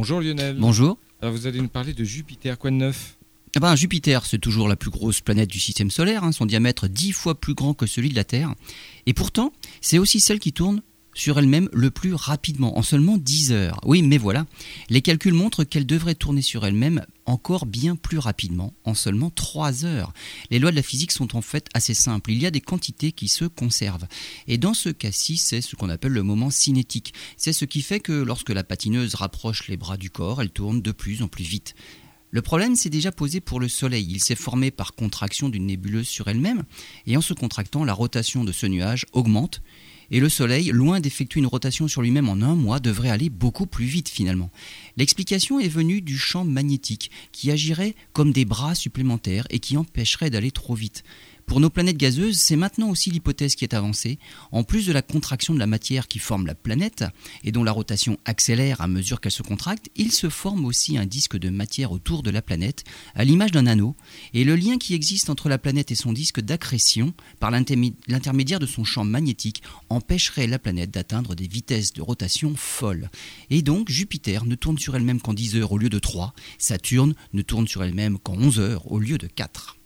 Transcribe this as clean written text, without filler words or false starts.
Bonjour Lionel. Bonjour. Alors vous allez nous parler de Jupiter, quoi de neuf ? Jupiter, c'est toujours la plus grosse planète du système solaire, son diamètre 10 fois plus grand que celui de la Terre. Et pourtant, c'est aussi celle qui tourne sur elle-même le plus rapidement, en seulement 10 heures. Oui, mais voilà, les calculs montrent qu'elle devrait tourner sur elle-même encore bien plus rapidement, en seulement 3 heures. Les lois de la physique sont en fait assez simples. Il y a des quantités qui se conservent. Et dans ce cas-ci, c'est ce qu'on appelle le moment cinétique. C'est ce qui fait que lorsque la patineuse rapproche les bras du corps, elle tourne de plus en plus vite. Le problème s'est déjà posé pour le Soleil. Il s'est formé par contraction d'une nébuleuse sur elle-même, et en se contractant, la rotation de ce nuage augmente, et le Soleil, loin d'effectuer une rotation sur lui-même en un mois, devrait aller beaucoup plus vite finalement. L'explication est venue du champ magnétique, qui agirait comme des bras supplémentaires et qui empêcherait d'aller trop vite. Pour nos planètes gazeuses, c'est maintenant aussi l'hypothèse qui est avancée. En plus de la contraction de la matière qui forme la planète, et dont la rotation accélère à mesure qu'elle se contracte, il se forme aussi un disque de matière autour de la planète, à l'image d'un anneau, et le lien qui existe entre la planète et son disque d'accrétion, par l'intermédiaire de son champ magnétique, empêcherait la planète d'atteindre des vitesses de rotation folles. Et donc, Jupiter ne tourne sur elle-même qu'en 10 heures au lieu de 3, Saturne ne tourne sur elle-même qu'en 11 heures au lieu de 4.